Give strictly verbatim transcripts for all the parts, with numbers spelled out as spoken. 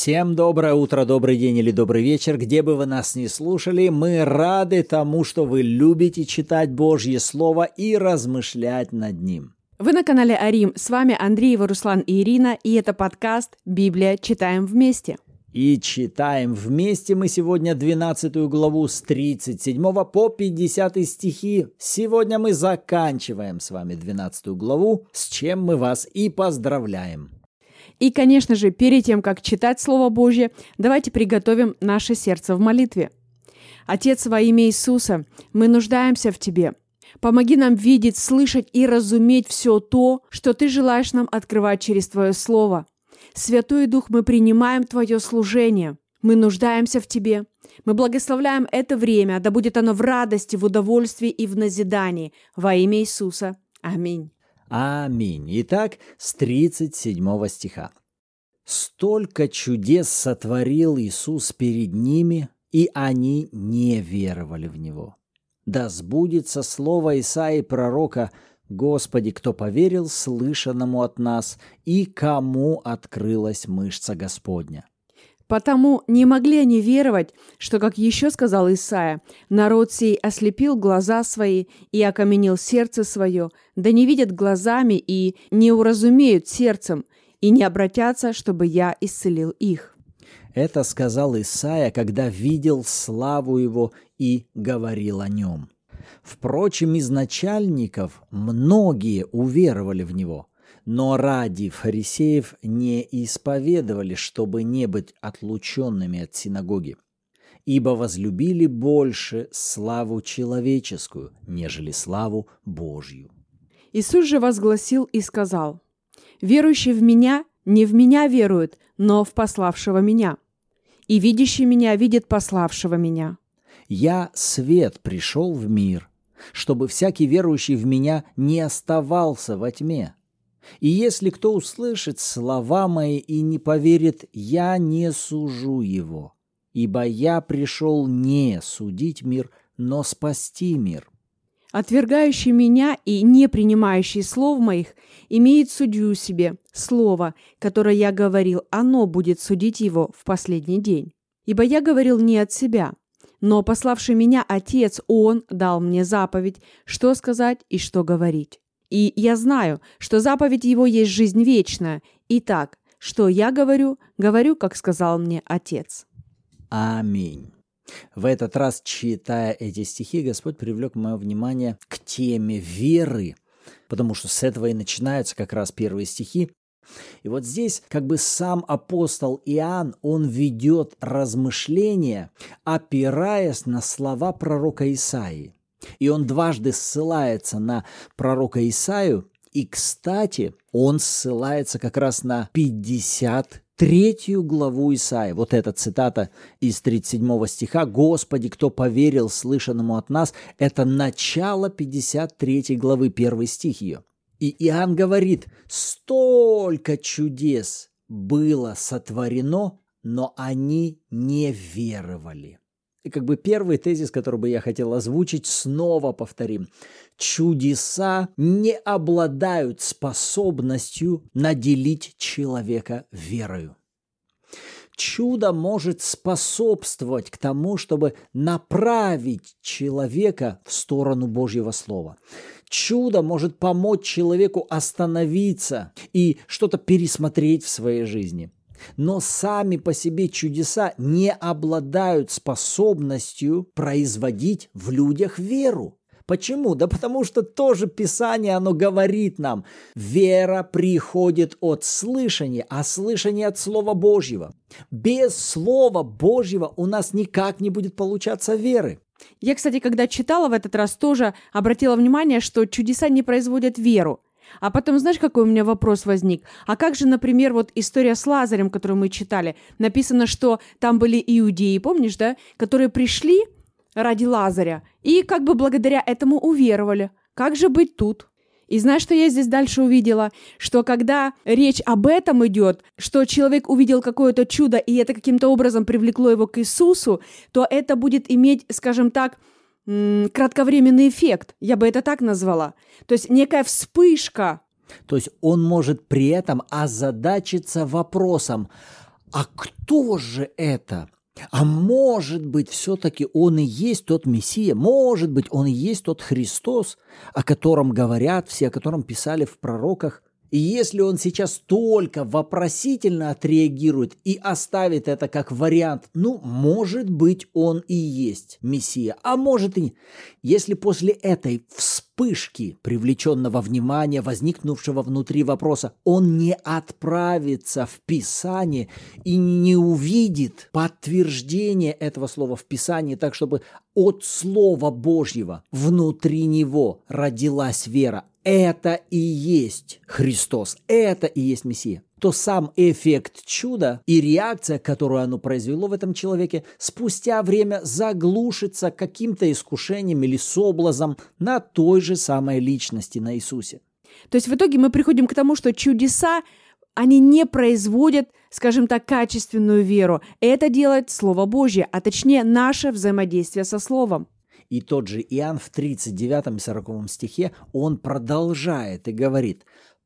Всем доброе утро, добрый день или добрый вечер, где бы вы нас ни слушали. Мы рады тому, что вы любите читать Божье Слово и размышлять над ним. Вы на канале Арим. С вами Андреева, Руслан и Ирина, и это подкаст «Библия. Читаем вместе». И читаем вместе мы сегодня двенадцатую главу с тридцать седьмого по пятидесятый стихи. Сегодня мы заканчиваем с вами двенадцатую главу, с чем мы вас и поздравляем. И, конечно же, перед тем, как читать Слово Божье, давайте приготовим наше сердце в молитве. Отец, во имя Иисуса, мы нуждаемся в Тебе. Помоги нам видеть, слышать и разуметь все то, что Ты желаешь нам открывать через Твое Слово. Святой Дух, мы принимаем Твое служение. Мы нуждаемся в Тебе. Мы благословляем это время, да будет оно в радости, в удовольствии и в назидании. Во имя Иисуса. Аминь. Аминь. Итак, с тридцать седьмого стиха. «Столько чудес сотворил Иисус перед ними, и они не веровали в Него. Да сбудется слово Исаии пророка: Господи, кто поверил слышанному от нас, и кому открылась мышца Господня». Потому не могли они веровать, что, как еще сказал Исаия, народ сей ослепил глаза свои и окаменил сердце свое, да не видят глазами и не уразумеют сердцем, и не обратятся, чтобы я исцелил их. Это сказал Исаия, когда видел славу его и говорил о нем. Впрочем, из начальников многие уверовали в него, но ради фарисеев не исповедовали, чтобы не быть отлученными от синагоги, ибо возлюбили больше славу человеческую, нежели славу Божью. Иисус же возгласил и сказал: «Верующий в Меня не в Меня верует, но в пославшего Меня. И видящий Меня видит пославшего Меня. Я свет пришел в мир, чтобы всякий верующий в Меня не оставался во тьме. И если кто услышит слова мои и не поверит, я не сужу его, ибо я пришел не судить мир, но спасти мир». Отвергающий Меня и не принимающий слов моих имеет судью себе, слово, которое я говорил, оно будет судить его в последний день. Ибо я говорил не от себя, но пославший Меня Отец, Он дал мне заповедь, что сказать и что говорить. И я знаю, что заповедь Его есть жизнь вечная. Итак, что я говорю, говорю, как сказал мне Отец». Аминь. В этот раз, читая эти стихи, Господь привлек мое внимание к теме веры, потому что с этого и начинаются как раз первые стихи. И вот здесь как бы сам апостол Иоанн, он ведет размышления, опираясь на слова пророка Исаии. И он дважды ссылается на пророка Исаию, и, кстати, он ссылается как раз на пятьдесят третью главу Исаии. Вот эта цитата из тридцать седьмого стиха: «Господи, кто поверил слышанному от нас», это начало пятьдесят третьей главы, первый стих ее. И Иоанн говорит: столько чудес было сотворено, но они не веровали. И как бы первый тезис, который бы я хотел озвучить, снова повторим. Чудеса не обладают способностью наделить человека верою. Чудо может способствовать к тому, чтобы направить человека в сторону Божьего Слова. Чудо может помочь человеку остановиться и что-то пересмотреть в своей жизни. Но сами по себе чудеса не обладают способностью производить в людях веру. Почему? Да потому что тоже Писание, оно говорит нам: вера приходит от слышания, а слышание от Слова Божьего. Без Слова Божьего у нас никак не будет получаться веры. Я, кстати, когда читала в этот раз, тоже обратила внимание, что чудеса не производят веру. А потом, знаешь, какой у меня вопрос возник? А как же, например, вот история с Лазарем, которую мы читали? Написано, что там были иудеи, помнишь, да? Которые пришли ради Лазаря и как бы благодаря этому уверовали. Как же быть тут? И знаешь, что я здесь дальше увидела? Что когда речь об этом идет, что человек увидел какое-то чудо, и это каким-то образом привлекло его к Иисусу, то это будет иметь, скажем так, кратковременный эффект, я бы это так назвала. То есть некая вспышка. То есть он может при этом озадачиться вопросом: а кто же это? А может быть, все-таки он и есть тот Мессия, может быть, он и есть тот Христос, о котором говорят все, о котором писали в пророках. И если он сейчас только вопросительно отреагирует и оставит это как вариант, ну, может быть, он и есть Мессия, а может и нет. Если после этой вспышки привлеченного внимания, возникнувшего внутри вопроса, он не отправится в Писание и не увидит подтверждение этого слова в Писании, так чтобы от Слова Божьего внутри него родилась вера, это и есть Христос, это и есть Мессия, то сам эффект чуда и реакция, которую оно произвело в этом человеке, спустя время заглушится каким-то искушением или соблазном на той же самой личности, на Иисусе. То есть в итоге мы приходим к тому, что чудеса, они не производят, скажем так, качественную веру. Это делает Слово Божье, а точнее наше взаимодействие со Словом. И тот же Иоанн в тридцать девятом и сороковом стихе, он продолжает и говорит: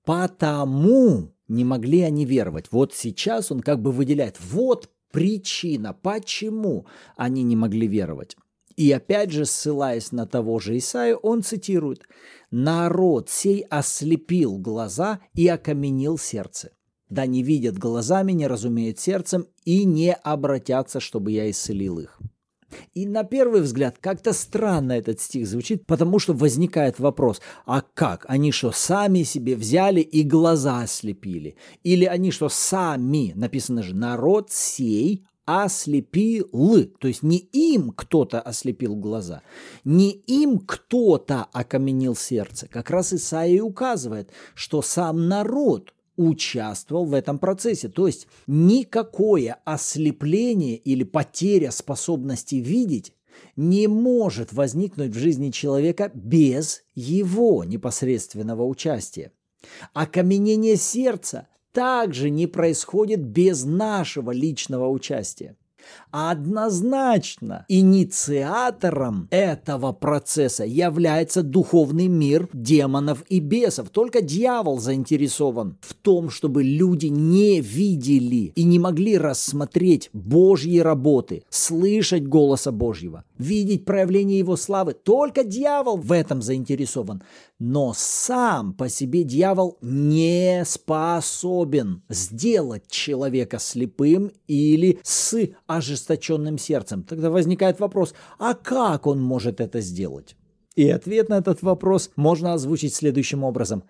«Потому не могли они веровать». Вот сейчас он как бы выделяет, вот причина, почему они не могли веровать. И опять же, ссылаясь на того же Исаию, он цитирует: «Народ сей ослепил глаза и окаменил сердце. Да не видят глазами, не разумеют сердцем и не обратятся, чтобы я исцелил их». И на первый взгляд как-то странно этот стих звучит, потому что возникает вопрос: а как? Они что, сами себе взяли и глаза ослепили? Или они что, сами, написано же, народ сей ослепил, то есть не им кто-то ослепил глаза, не им кто-то окаменил сердце. Как раз Исаия указывает, что сам народ участвовал в этом процессе. То есть никакое ослепление или потеря способности видеть не может возникнуть в жизни человека без его непосредственного участия. Окаменение сердца также не происходит без нашего личного участия. А однозначно инициатором этого процесса является духовный мир демонов и бесов. Только дьявол заинтересован в том, чтобы люди не видели и не могли рассмотреть Божьи работы, слышать голоса Божьего, видеть проявление Его славы. Только дьявол в этом заинтересован. Но сам по себе дьявол не способен сделать человека слепым или с ожесточенным сердцем. Тогда возникает вопрос: а как он может это сделать? И ответ на этот вопрос можно озвучить следующим образом: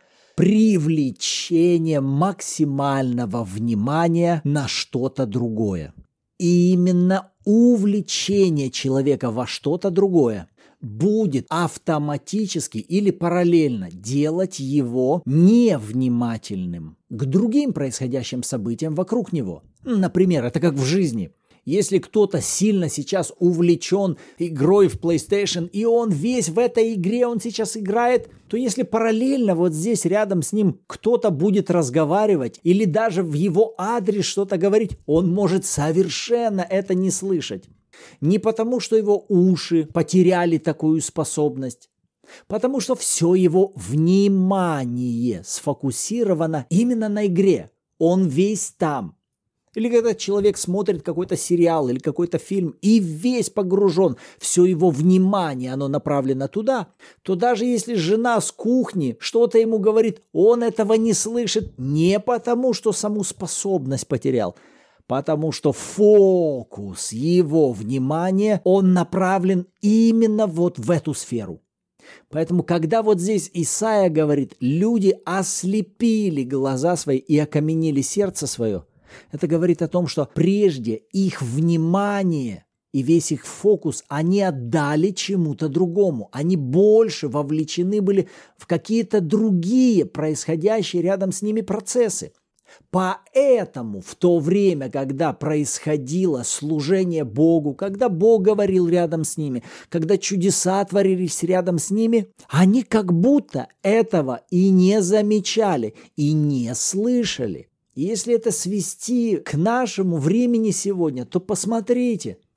привлечение максимального внимания на что-то другое. И именно увлечение человека во что-то другое будет автоматически или параллельно делать его невнимательным к другим происходящим событиям вокруг него. Например, это как в жизни. Если кто-то сильно сейчас увлечен игрой в PlayStation, и он весь в этой игре, он сейчас играет, то если параллельно вот здесь рядом с ним кто-то будет разговаривать или даже в его адрес что-то говорить, он может совершенно это не слышать. Не потому, что его уши потеряли такую способность, потому что все его внимание сфокусировано именно на игре. Он весь там. Или когда человек смотрит какой-то сериал или какой-то фильм и весь погружен, все его внимание, оно направлено туда, то даже если жена с кухни что-то ему говорит, он этого не слышит не потому, что саму способность потерял, потому что фокус его внимания, он направлен именно вот в эту сферу. Поэтому, когда вот здесь Исаия говорит, люди ослепили глаза свои и окаменили сердце свое, это говорит о том, что прежде их внимание и весь их фокус они отдали чему-то другому. Они больше вовлечены были в какие-то другие происходящие рядом с ними процессы. Поэтому в то время, когда происходило служение Богу, когда Бог говорил рядом с ними, когда чудеса творились рядом с ними, они как будто этого и не замечали, и не слышали. Если это свести к нашему времени сегодня, то посмотрите,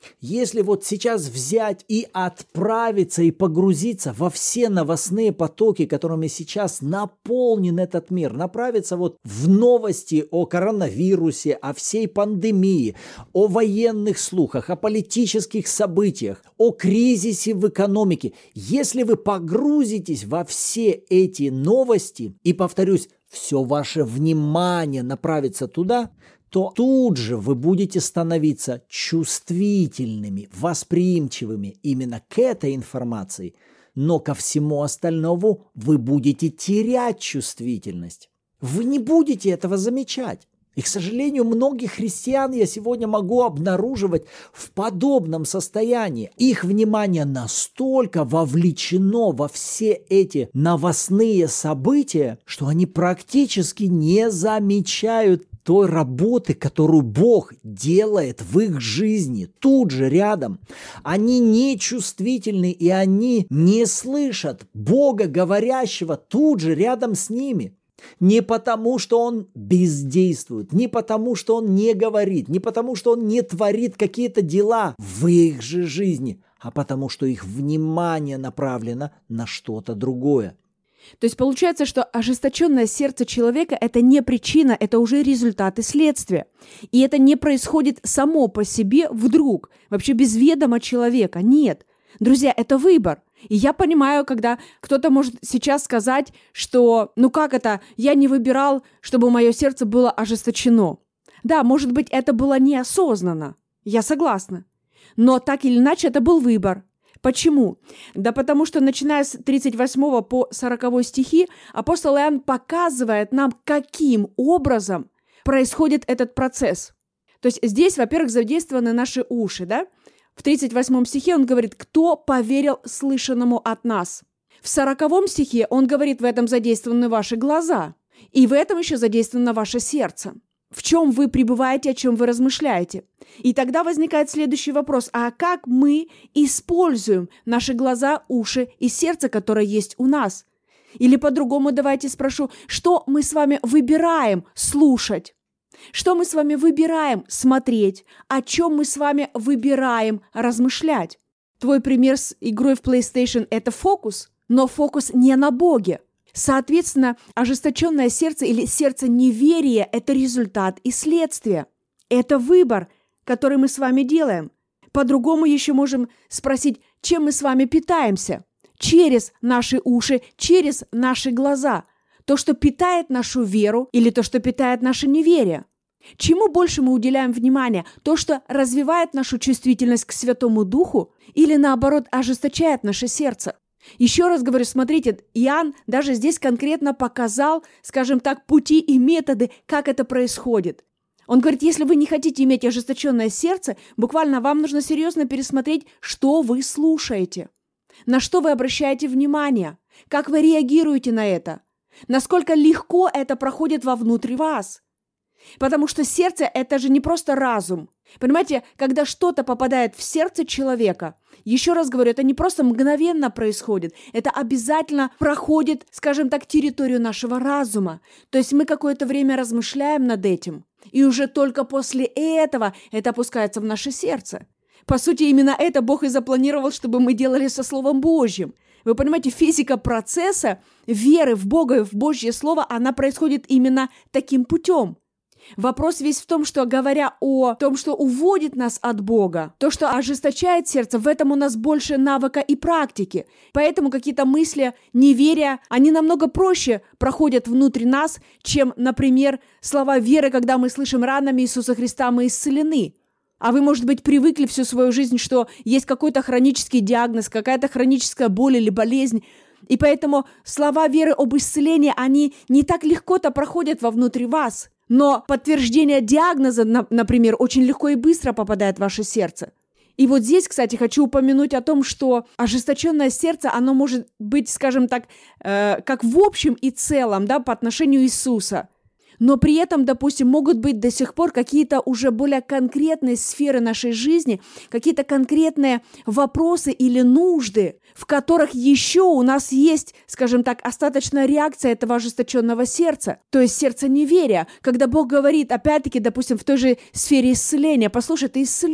Если вот сейчас взять и отправиться и погрузиться во все новостные потоки, которыми сейчас наполнен этот мир, направиться вот в новости о коронавирусе, о всей пандемии, о военных слухах, о политических событиях, о кризисе в экономике, если вы погрузитесь во все эти новости и, повторюсь, все ваше внимание направится туда, то тут же вы будете становиться чувствительными, восприимчивыми именно к этой информации, но ко всему остальному вы будете терять чувствительность. Вы не будете этого замечать. И, к сожалению, многих христиан я сегодня могу обнаруживать в подобном состоянии. Их внимание настолько вовлечено во все эти новостные события, что они практически не замечают той работы, которую Бог делает в их жизни, тут же рядом. Они не чувствительны, и они не слышат Бога, говорящего тут же рядом с ними. Не потому, что Он бездействует, не потому, что Он не говорит, не потому, что Он не творит какие-то дела в их же жизни, а потому, что их внимание направлено на что-то другое. То есть получается, что ожесточенное сердце человека – это не причина, это уже результат и следствие. И это не происходит само по себе вдруг, вообще без ведома человека. Нет. Друзья, это выбор. И я понимаю, когда кто-то может сейчас сказать, что ну как это, я не выбирал, чтобы мое сердце было ожесточено. Да, может быть, это было неосознанно. Я согласна. Но так или иначе, это был выбор. Почему? Да потому что, начиная с тридцать восьмого по сороковой стихи, апостол Иоанн показывает нам, каким образом происходит этот процесс. То есть здесь, во-первых, задействованы наши уши, да? В тридцать восьмом стихе он говорит, кто поверил слышанному от нас. В сороковом стихе он говорит, в этом задействованы ваши глаза, и в этом еще задействовано ваше сердце. В чем вы пребываете, о чем вы размышляете. И тогда возникает следующий вопрос. А как мы используем наши глаза, уши и сердце, которое есть у нас? Или по-другому давайте спрошу, что мы с вами выбираем слушать? Что мы с вами выбираем смотреть? О чем мы с вами выбираем размышлять? Твой пример с игрой в PlayStation – это фокус, но фокус не на Боге. Соответственно, ожесточенное сердце или сердце неверия – это результат и следствие. Это выбор, который мы с вами делаем. По-другому еще можем спросить, чем мы с вами питаемся? Через наши уши, через наши глаза. То, что питает нашу веру, или то, что питает наше неверие. Чему больше мы уделяем внимание? То, что развивает нашу чувствительность к Святому Духу, или наоборот ожесточает наше сердце? Еще раз говорю, смотрите, Иоанн даже здесь конкретно показал, скажем так, пути и методы, как это происходит. Он говорит, если вы не хотите иметь ожесточенное сердце, буквально вам нужно серьезно пересмотреть, что вы слушаете, на что вы обращаете внимание, как вы реагируете на это, насколько легко это проходит вовнутрь вас. Потому что сердце – это же не просто разум. Понимаете, когда что-то попадает в сердце человека, еще раз говорю, это не просто мгновенно происходит, это обязательно проходит, скажем так, территорию нашего разума. То есть мы какое-то время размышляем над этим, и уже только после этого это опускается в наше сердце. По сути, именно это Бог и запланировал, чтобы мы делали со Словом Божьим. Вы понимаете, физика процесса веры в Бога и в Божье Слово, она происходит именно таким путем. Вопрос весь в том, что, говоря о том, что уводит нас от Бога, то, что ожесточает сердце, в этом у нас больше навыка и практики. Поэтому какие-то мысли, неверия, они намного проще проходят внутрь нас, чем, например, слова веры, когда мы слышим ранами Иисуса Христа мы исцелены. А вы, может быть, привыкли всю свою жизнь, что есть какой-то хронический диагноз, какая-то хроническая боль или болезнь, и поэтому слова веры об исцелении, они не так легко-то проходят вовнутрь вас. Но подтверждение диагноза, например, очень легко и быстро попадает в ваше сердце. И вот здесь, кстати, хочу упомянуть о том, что ожесточенное сердце, оно может быть, скажем так, э, как в общем и целом, да, по отношению Иисуса. Но при этом, допустим, могут быть до сих пор какие-то уже более конкретные сферы нашей жизни, какие-то конкретные вопросы или нужды, в которых еще у нас есть, скажем так, остаточная реакция этого ожесточенного сердца, то есть сердце неверия, когда Бог говорит, опять-таки, допустим, в той же сфере исцеления, послушай, ты исцелен.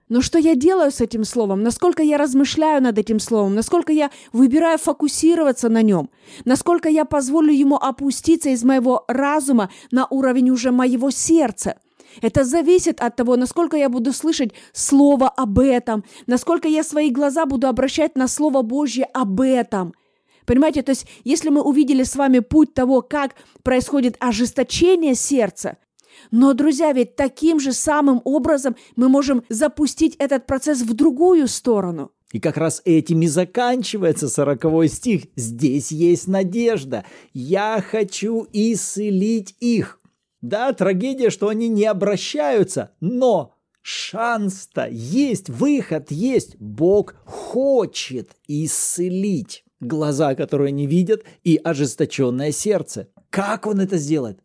Но что я делаю с этим словом? Насколько я размышляю над этим словом? Насколько я выбираю фокусироваться на нем? Насколько я позволю ему опуститься из моего разума на уровень уже моего сердца? Это зависит от того, насколько я буду слышать слово об этом, насколько я свои глаза буду обращать на Слово Божье об этом. Понимаете, то есть если мы увидели с вами путь того, как происходит ожесточение сердца, но, друзья, ведь таким же самым образом мы можем запустить этот процесс в другую сторону. И как раз этим и заканчивается сороковой стих. Здесь есть надежда. «Я хочу исцелить их». Да, трагедия, что они не обращаются, но шанс-то есть, выход есть. Бог хочет исцелить глаза, которые не видят, и ожесточенное сердце. Как Он это сделает?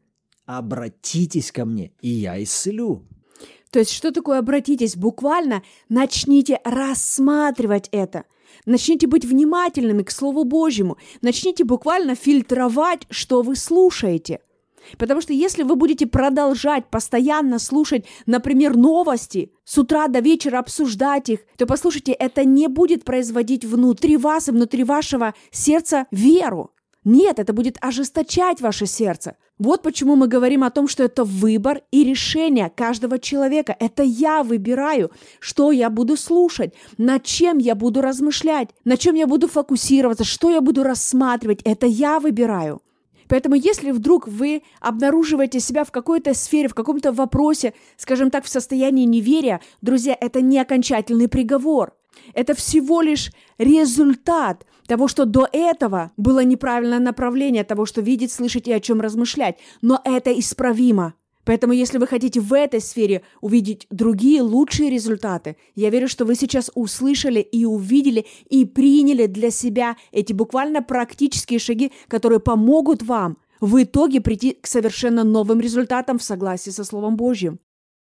Обратитесь ко мне, и я исцелю. То есть что такое обратитесь? Буквально начните рассматривать это. Начните быть внимательными к Слову Божьему. Начните буквально фильтровать, что вы слушаете. Потому что если вы будете продолжать постоянно слушать, например, новости, с утра до вечера обсуждать их, то, послушайте, это не будет производить внутри вас и внутри вашего сердца веру. Нет, это будет ожесточать ваше сердце. Вот почему мы говорим о том, что это выбор и решение каждого человека. Это я выбираю, что я буду слушать, над чем я буду размышлять, на чем я буду фокусироваться, что я буду рассматривать. Это я выбираю. Поэтому если вдруг вы обнаруживаете себя в какой-то сфере, в каком-то вопросе, скажем так, в состоянии неверия, друзья, это не окончательный приговор. Это всего лишь результат того, что до этого было неправильное направление того, что видеть, слышать и о чем размышлять. Но это исправимо. Поэтому если вы хотите в этой сфере увидеть другие лучшие результаты, я верю, что вы сейчас услышали и увидели и приняли для себя эти буквально практические шаги, которые помогут вам в итоге прийти к совершенно новым результатам в согласии со Словом Божьим.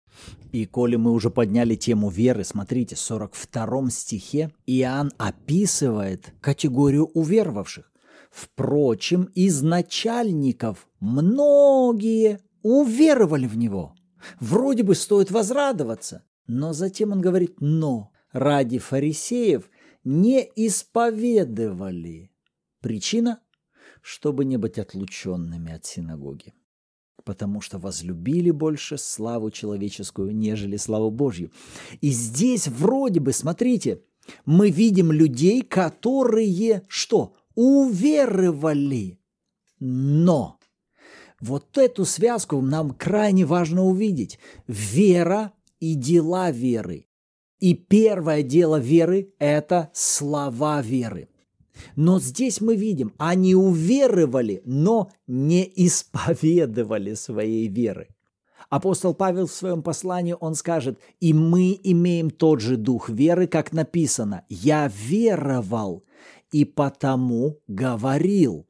И коли мы уже подняли тему веры, смотрите, в сорок втором стихе Иоанн описывает категорию уверовавших. «Впрочем, из начальников многие уверовали в Него». Вроде бы стоит возрадоваться, но затем он говорит «но ради фарисеев не исповедовали». Причина – чтобы не быть отлученными от синагоги. Потому что возлюбили больше славу человеческую, нежели славу Божью. И здесь вроде бы, смотрите, мы видим людей, которые что? Уверовали. Но вот эту связку нам крайне важно увидеть. Вера и дела веры. И первое дело веры – это слова веры. Но здесь мы видим, они уверовали, но не исповедовали своей веры. Апостол Павел в своем послании, он скажет, «И мы имеем тот же дух веры, как написано, я веровал и потому говорил».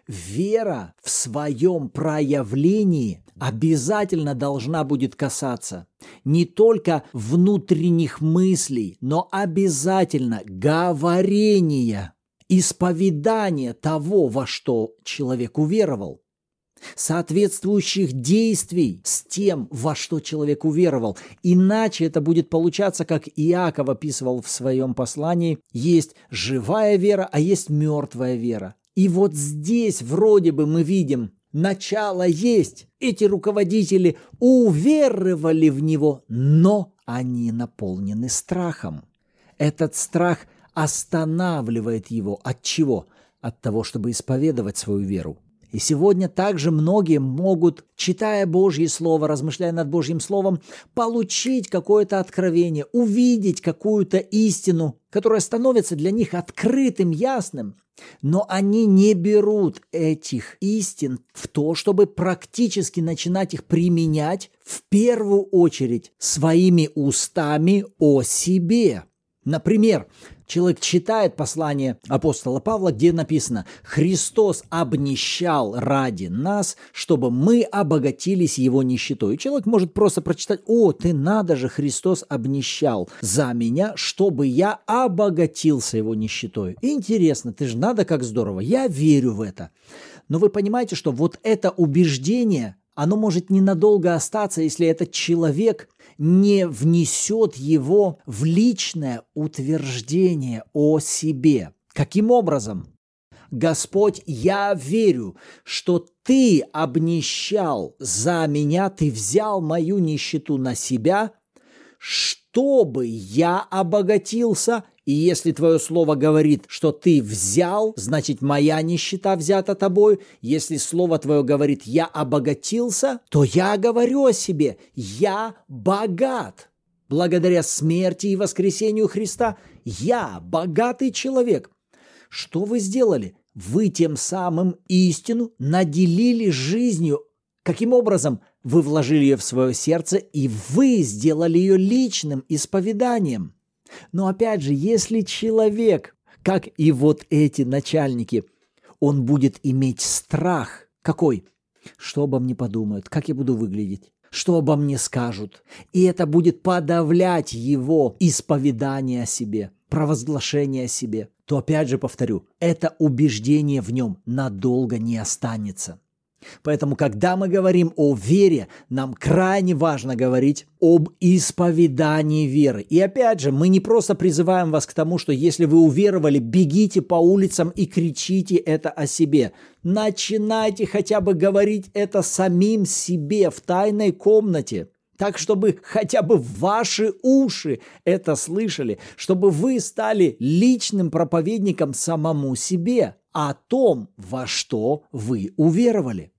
Вера в своем проявлении обязательно должна будет касаться не только внутренних мыслей, но обязательно говорения, исповедания того, во что человек уверовал, соответствующих действий с тем, во что человек уверовал. Иначе это будет получаться, как Иаков описывал в своем послании, есть живая вера, а есть мертвая вера. И вот здесь вроде бы мы видим, начало есть. Эти руководители уверовали в него, но они наполнены страхом. Этот страх останавливает его от чего? От того, чтобы исповедовать свою веру. И сегодня также многие могут, читая Божье Слово, размышляя над Божьим Словом, получить какое-то откровение, увидеть какую-то истину, которая становится для них открытым, ясным. Но они не берут этих истин в то, чтобы практически начинать их применять в первую очередь своими устами о себе. Например, человек читает послание апостола Павла, где написано «Христос обнищал ради нас, чтобы мы обогатились Его нищетой». И человек может просто прочитать «О, ты надо же, Христос обнищал за меня, чтобы я обогатился Его нищетой». Интересно, ты же надо, как здорово, я верю в это. Но вы понимаете, что вот это убеждение, оно может ненадолго остаться, если этот человек не внесет его в личное утверждение о себе. Каким образом? Господь, я верю, что Ты обнищал за меня, Ты взял мою нищету на себя, чтобы я обогатился. И если Твое Слово говорит, что Ты взял, значит, моя нищета взята Тобой. Если Слово Твое говорит, я обогатился, то я говорю о себе, я богат. Благодаря смерти и воскресению Христа я богатый человек. Что вы сделали? Вы тем самым истину наделили жизнью. Каким образом? Вы вложили ее в свое сердце, и вы сделали ее личным исповеданием. Но опять же, если человек, как и вот эти начальники, он будет иметь страх. Какой? Что обо мне подумают? Как я буду выглядеть? Что обо мне скажут? И это будет подавлять его исповедание о себе, провозглашение о себе. То опять же повторю, это убеждение в нем надолго не останется. Поэтому, когда мы говорим о вере, нам крайне важно говорить об исповедании веры. И опять же, мы не просто призываем вас к тому, что если вы уверовали, бегите по улицам и кричите это о себе. Начинайте хотя бы говорить это самим себе в тайной комнате. Так, чтобы хотя бы ваши уши это слышали, чтобы вы стали личным проповедником самому себе о том, во что вы уверовали.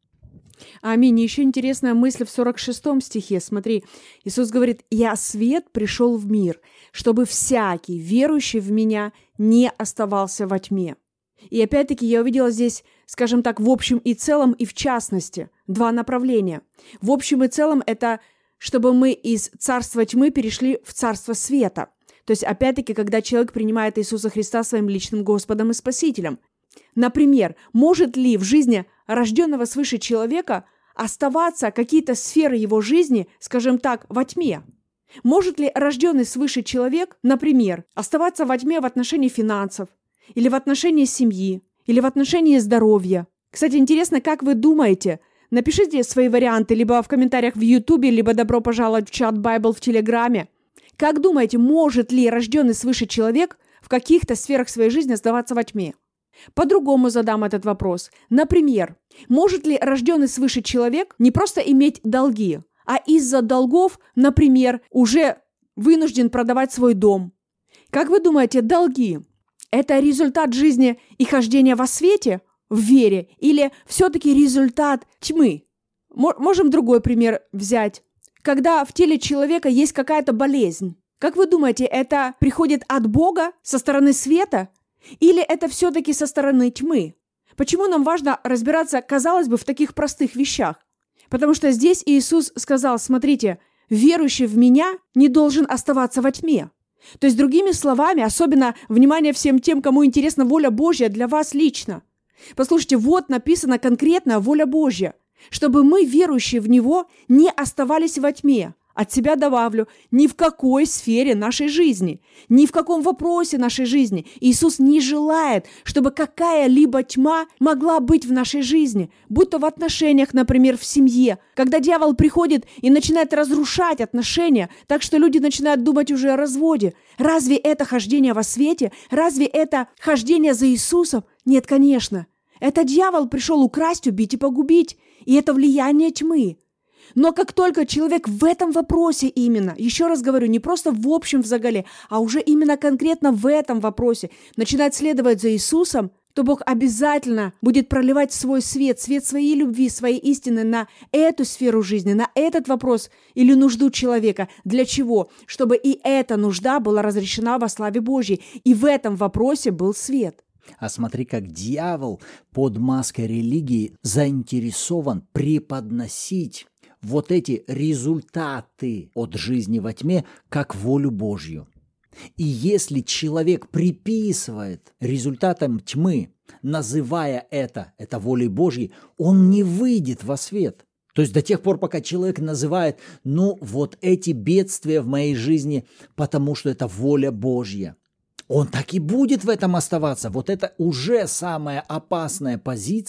Аминь. Еще интересная мысль в сорок шестом стихе. Смотри, Иисус говорит: «Я свет пришел в мир, чтобы всякий, верующий в Меня, не оставался во тьме». И опять-таки я увидела здесь, скажем так, в общем и целом и в частности, два направления. В общем и целом это чтобы мы из царства тьмы перешли в царство света. То есть, опять-таки, когда человек принимает Иисуса Христа своим личным Господом и Спасителем. Например, может ли в жизни рожденного свыше человека оставаться какие-то сферы его жизни, скажем так, во тьме? Может ли рожденный свыше человек, например, оставаться во тьме в отношении финансов, или в отношении семьи, или в отношении здоровья? Кстати, интересно, как вы думаете? Напишите свои варианты либо в комментариях в Ютубе, либо добро пожаловать в чат Байбл в Телеграме. Как думаете, может ли рожденный свыше человек в каких-то сферах своей жизни оставаться во тьме? По-другому задам этот вопрос. Например, может ли рожденный свыше человек не просто иметь долги, а из-за долгов, например, уже вынужден продавать свой дом? Как вы думаете, долги – это результат жизни и хождения во свете, в вере, или все-таки результат тьмы? Можем другой пример взять. Когда в теле человека есть какая-то болезнь, как вы думаете, это приходит от Бога, со стороны света, или это все-таки со стороны тьмы? Почему нам важно разбираться, казалось бы, в таких простых вещах? Потому что здесь Иисус сказал: смотрите, верующий в Меня не должен оставаться во тьме. То есть, другими словами, особенно внимание всем тем, кому интересна воля Божья для вас лично. Послушайте, вот написана конкретно воля Божья, чтобы мы, верующие в Него, не оставались во тьме. От себя добавлю, ни в какой сфере нашей жизни, ни в каком вопросе нашей жизни Иисус не желает, чтобы какая-либо тьма могла быть в нашей жизни, будь то в отношениях, например, в семье, когда дьявол приходит и начинает разрушать отношения, так что люди начинают думать уже о разводе. Разве это хождение во свете? Разве это хождение за Иисусом? Нет, конечно. Это дьявол пришел украсть, убить и погубить, и это влияние тьмы. Но как только человек в этом вопросе именно, еще раз говорю, не просто в общем в загале, а уже именно конкретно в этом вопросе начинает следовать за Иисусом, то Бог обязательно будет проливать свой свет, свет своей любви, своей истины на эту сферу жизни, на этот вопрос или нужду человека. Для чего? Чтобы и эта нужда была разрешена во славе Божьей. И в этом вопросе был свет. А смотри, как дьявол под маской религии заинтересован преподносить вот эти результаты от жизни во тьме как волю Божью. И если человек приписывает результатам тьмы, называя это, это волей Божьей, он не выйдет во свет. То есть до тех пор, пока человек называет, ну вот эти бедствия в моей жизни, потому что это воля Божья. Он так и будет в этом оставаться. Вот это уже самая опасная позиция,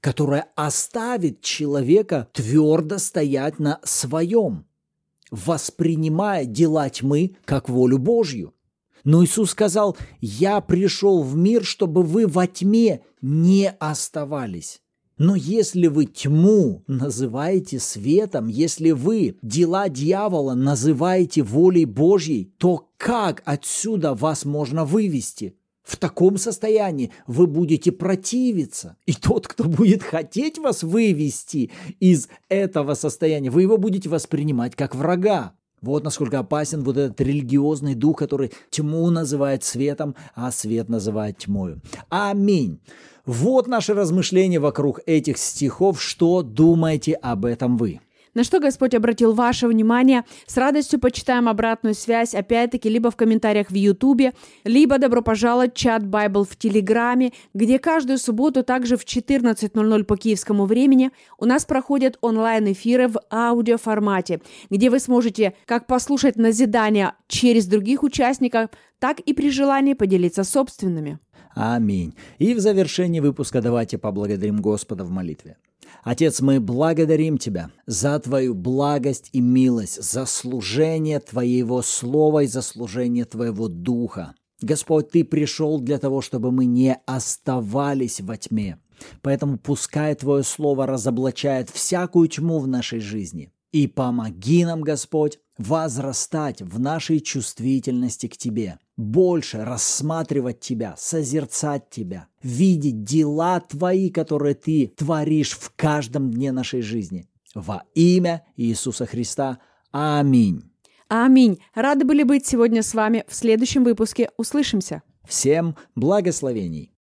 которая оставит человека твердо стоять на своем, воспринимая дела тьмы как волю Божью. Но Иисус сказал: «Я пришел в мир, чтобы вы во тьме не оставались». Но если вы тьму называете светом, если вы дела дьявола называете волей Божьей, то как отсюда вас можно вывести? В таком состоянии вы будете противиться. И тот, кто будет хотеть вас вывести из этого состояния, вы его будете воспринимать как врага. Вот насколько опасен вот этот религиозный дух, который тьму называет светом, а свет называет тьмою. Аминь. Вот наши размышления вокруг этих стихов. Что думаете об этом вы? На что Господь обратил ваше внимание? С радостью почитаем обратную связь, опять-таки, либо в комментариях в Ютубе, либо добро пожаловать в чат Bible в Телеграме, где каждую субботу также в четырнадцать ноль ноль по киевскому времени у нас проходят онлайн-эфиры в аудиоформате, где вы сможете как послушать назидания через других участников, так и при желании поделиться собственными. Аминь. И в завершении выпуска давайте поблагодарим Господа в молитве. Отец, мы благодарим Тебя за Твою благость и милость, за служение Твоего Слова и за служение Твоего Духа. Господь, Ты пришел для того, чтобы мы не оставались во тьме. Поэтому пускай Твое Слово разоблачает всякую тьму в нашей жизни. И помоги нам, Господь, возрастать в нашей чувствительности к Тебе, больше рассматривать Тебя, созерцать Тебя, видеть дела Твои, которые Ты творишь в каждом дне нашей жизни. Во имя Иисуса Христа. Аминь. Аминь. Рады были быть сегодня с вами. В следующем выпуске услышимся. Всем благословений.